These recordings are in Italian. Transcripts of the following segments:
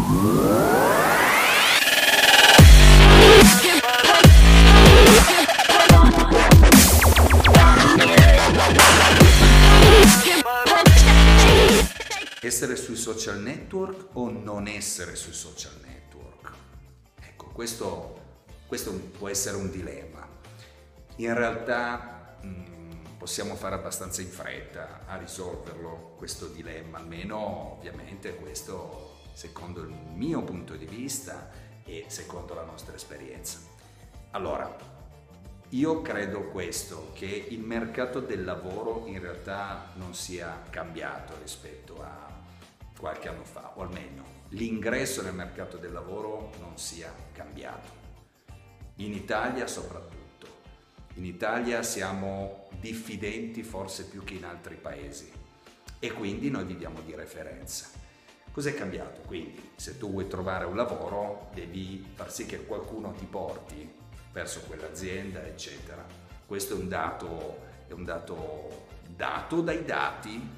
Essere sui social network o non essere sui social network? Ecco, questo può essere un dilemma. In realtà possiamo fare abbastanza in fretta a risolverlo, questo dilemma, almeno ovviamente questo secondo il mio punto di vista e secondo la nostra esperienza. Allora, io credo questo, che il mercato del lavoro in realtà non sia cambiato rispetto a qualche anno fa, o almeno l'ingresso nel mercato del lavoro non sia cambiato. In Italia soprattutto. In Italia siamo diffidenti forse più che in altri paesi e quindi noi viviamo di referenza. Cos'è cambiato? Quindi se tu vuoi trovare un lavoro devi far sì che qualcuno ti porti verso quell'azienda, eccetera. Questo è un dato dato dai dati.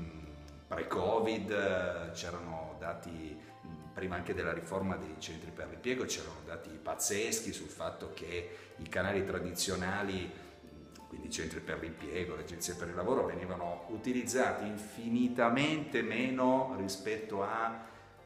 Pre-Covid c'erano dati, prima anche della riforma dei centri per l'impiego, c'erano dati pazzeschi sul fatto che i canali tradizionali, quindi i centri per l'impiego, le agenzie per il lavoro, venivano utilizzati infinitamente meno rispetto a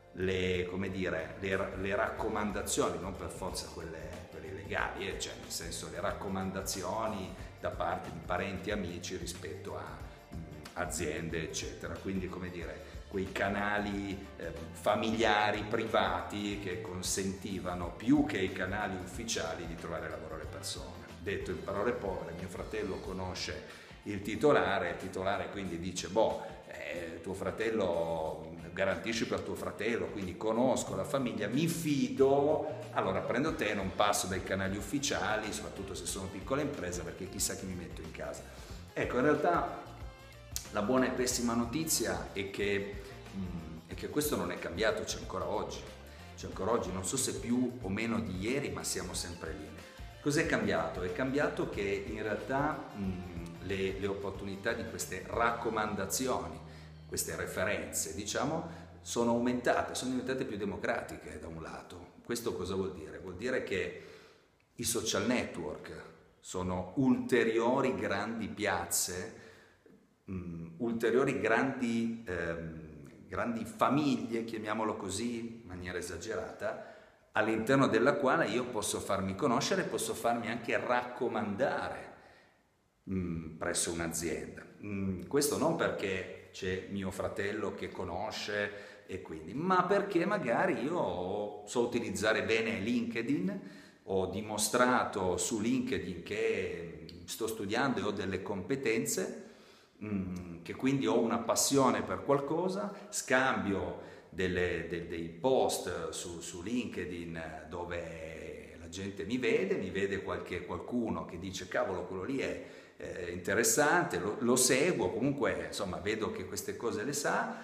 le raccomandazioni, non per forza quelle legali, cioè nel senso le raccomandazioni da parte di parenti e amici rispetto a aziende, eccetera. Quindi, come dire, quei canali familiari, privati, che consentivano più che i canali ufficiali di trovare lavoro alle persone. Detto in parole povere, mio fratello conosce il titolare quindi dice, tuo fratello, garantisci per tuo fratello, quindi conosco la famiglia, mi fido, allora prendo te, non passo dai canali ufficiali, soprattutto se sono piccole imprese, perché chissà chi mi metto in casa. Ecco, in realtà la buona e pessima notizia è che questo non è cambiato, c'è ancora oggi, non so se più o meno di ieri, ma siamo sempre lì. Cos'è cambiato? È cambiato che in realtà le opportunità di queste raccomandazioni, queste referenze, diciamo, sono diventate più democratiche da un lato. Questo cosa vuol dire? Vuol dire che i social network sono ulteriori grandi piazze, ulteriori grandi famiglie, chiamiamolo così in maniera esagerata, all'interno della quale io posso farmi conoscere, posso farmi anche raccomandare presso un'azienda. Questo non perché c'è mio fratello che conosce e quindi, ma perché magari io so utilizzare bene LinkedIn, ho dimostrato su LinkedIn che sto studiando e ho delle competenze, che quindi ho una passione per qualcosa, scambio dei post su LinkedIn dove la gente mi vede qualcuno che dice cavolo, quello lì è interessante, lo seguo, comunque insomma vedo che queste cose le sa,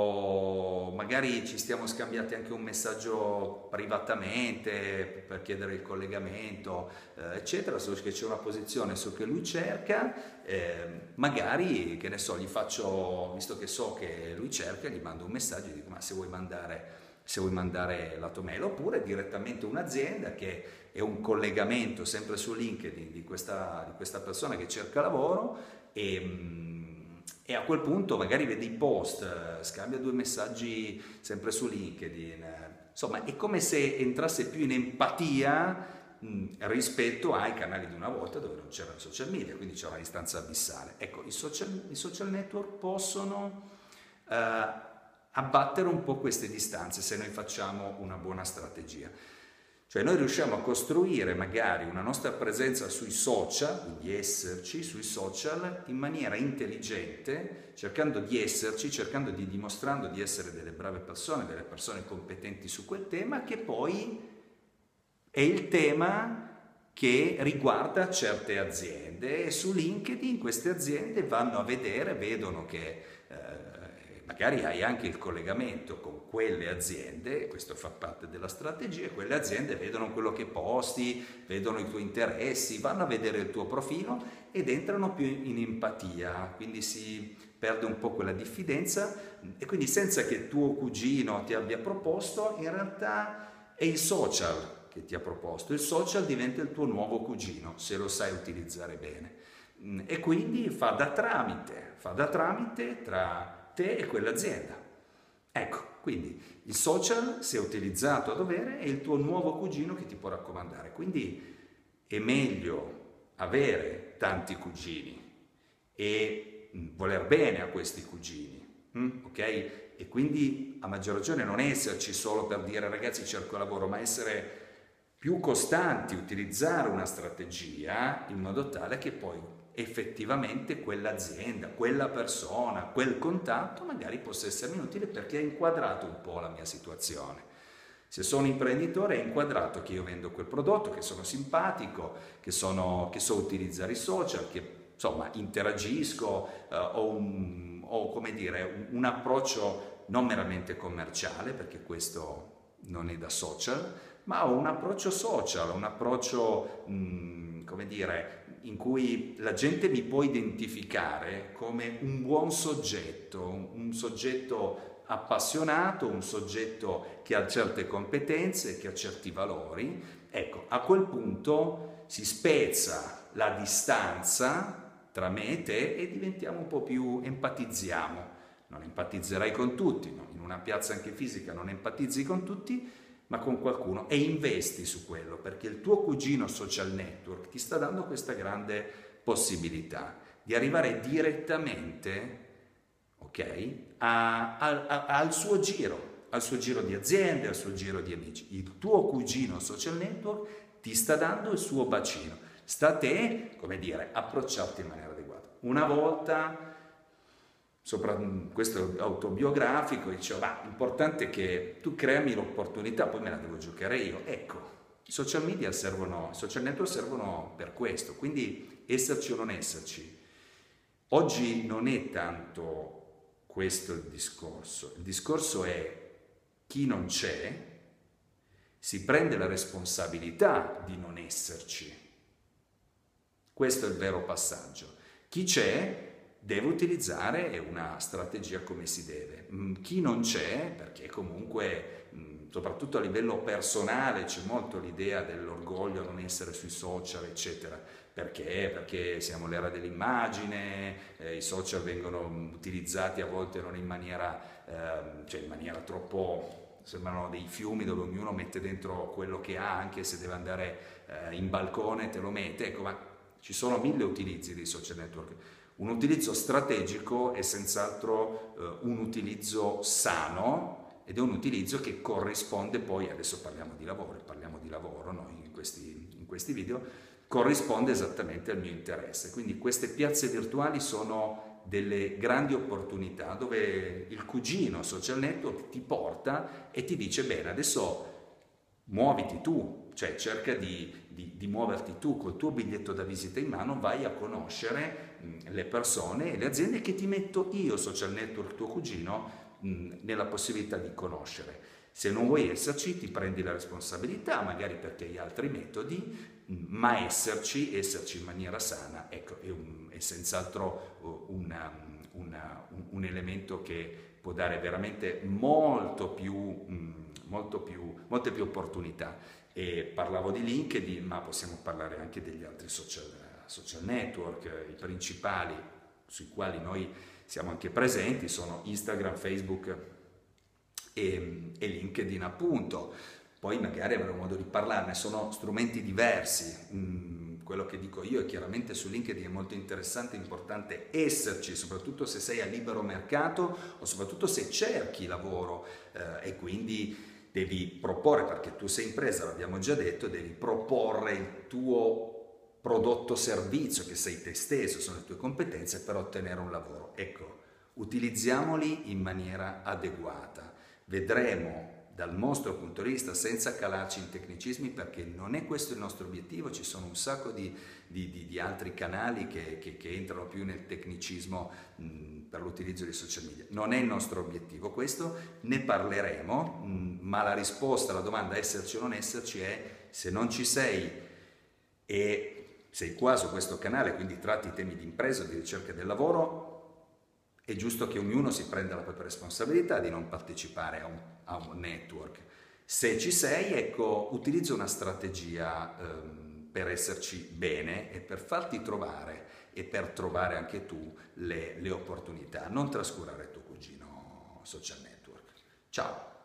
o magari ci stiamo scambiati anche un messaggio privatamente per chiedere il collegamento, eccetera, so che c'è una posizione su che lui cerca, magari, che ne so, gli faccio, visto che so che lui cerca, gli mando un messaggio e dico ma se vuoi mandare la tua mail, oppure direttamente un'azienda che è un collegamento sempre su LinkedIn di questa persona che cerca lavoro e a quel punto magari vede i post, scambia 2 messaggi sempre su LinkedIn, insomma è come se entrasse più in empatia rispetto ai canali di una volta dove non c'erano social media, quindi c'è una distanza abissale. Ecco, i social network possono abbattere un po' queste distanze se noi facciamo una buona strategia. Cioè noi riusciamo a costruire magari una nostra presenza sui social, quindi esserci sui social in maniera intelligente, cercando di esserci, dimostrando di essere delle brave persone, delle persone competenti su quel tema, che poi è il tema che riguarda certe aziende, e su LinkedIn queste aziende vanno a vedere, vedono che magari hai anche il collegamento con quelle aziende, questo fa parte della strategia, quelle aziende vedono quello che posti, vedono i tuoi interessi, vanno a vedere il tuo profilo ed entrano più in empatia, quindi si perde un po' quella diffidenza e quindi senza che tuo cugino ti abbia proposto, in realtà è il social che ti ha proposto. Il social diventa il tuo nuovo cugino, se lo sai utilizzare bene. E quindi fa da tramite tra te e quell'azienda. Ecco, quindi il social, se utilizzato a dovere, è il tuo nuovo cugino che ti può raccomandare. Quindi è meglio avere tanti cugini e voler bene a questi cugini, ok? E quindi a maggior ragione non esserci solo per dire ragazzi cerco lavoro, ma essere più costanti, utilizzare una strategia in modo tale che poi effettivamente quell'azienda, quella persona, quel contatto magari possa essermi utile perché ha inquadrato un po' la mia situazione. Se sono imprenditore è inquadrato che io vendo quel prodotto, che sono simpatico, che so utilizzare i social, che insomma interagisco, ho come dire un approccio non meramente commerciale, perché questo non è da social, ma ho un approccio social, un approccio come dire in cui la gente mi può identificare come un buon soggetto, un soggetto appassionato, un soggetto che ha certe competenze, che ha certi valori. Ecco, a quel punto si spezza la distanza tra me e te e diventiamo un po' più, empatizziamo. Non empatizzerai con tutti, no? In una piazza anche fisica non empatizzi con tutti, ma con qualcuno, e investi su quello, perché il tuo cugino social network ti sta dando questa grande possibilità di arrivare direttamente, ok, al suo giro di aziende, al suo giro di amici. Il tuo cugino social network ti sta dando il suo bacino. Sta a te, come dire, approcciarti in maniera adeguata. Una volta, questo è autobiografico, dicevo, l'importante è che tu creami l'opportunità, poi me la devo giocare io. Ecco, i social media servono, i social network servono per questo, quindi esserci o non esserci. Oggi non è tanto questo il discorso è chi non c'è si prende la responsabilità di non esserci. Questo è il vero passaggio. Chi c'è deve utilizzare una strategia come si deve. Chi non c'è, perché comunque, soprattutto a livello personale, c'è molto l'idea dell'orgoglio a non essere sui social, eccetera. Perché? Perché siamo l'era dell'immagine, i social vengono utilizzati a volte non in maniera, cioè in maniera troppo, sembrano dei fiumi dove ognuno mette dentro quello che ha, anche se deve andare in balcone te lo mette, ecco, ma ci sono 1000 utilizzi dei social network. Un utilizzo strategico è senz'altro un utilizzo sano ed è un utilizzo che corrisponde poi, adesso parliamo di lavoro noi in questi video, corrisponde esattamente al mio interesse. Quindi queste piazze virtuali sono delle grandi opportunità dove il cugino social network ti porta e ti dice bene, adesso muoviti tu, cioè cerca di muoverti tu col tuo biglietto da visita in mano, vai a conoscere le persone e le aziende che ti metto io, social network tuo cugino, nella possibilità di conoscere. Se non vuoi esserci ti prendi la responsabilità, magari perché hai altri metodi, ma esserci in maniera sana, ecco, è senz'altro un elemento che può dare veramente molte più opportunità. E parlavo di LinkedIn, ma possiamo parlare anche degli altri social network. I principali sui quali noi siamo anche presenti sono Instagram, Facebook e LinkedIn, appunto. Poi magari avremo modo di parlarne, sono strumenti diversi. Quello che dico io è chiaramente su LinkedIn è molto interessante e importante esserci, soprattutto se sei a libero mercato o soprattutto se cerchi lavoro e quindi devi proporre, perché tu sei impresa, l'abbiamo già detto, devi proporre il tuo prodotto o servizio, che sei te stesso, sono le tue competenze per ottenere un lavoro. Ecco, utilizziamoli in maniera adeguata. Vedremo dal nostro punto di vista, senza calarci in tecnicismi, perché non è questo il nostro obiettivo, ci sono un sacco di altri canali che entrano più nel tecnicismo per l'utilizzo dei social media. Non è il nostro obiettivo questo, ne parleremo, ma la risposta alla domanda esserci o non esserci è: se non ci sei e sei qua su questo canale, quindi tratti temi di impresa o di ricerca del lavoro, È giusto che ognuno si prenda la propria responsabilità di non partecipare a un network. Se ci sei, ecco, utilizza una strategia per esserci bene e per farti trovare e per trovare anche tu le opportunità. Non trascurare tuo cugino social network. Ciao!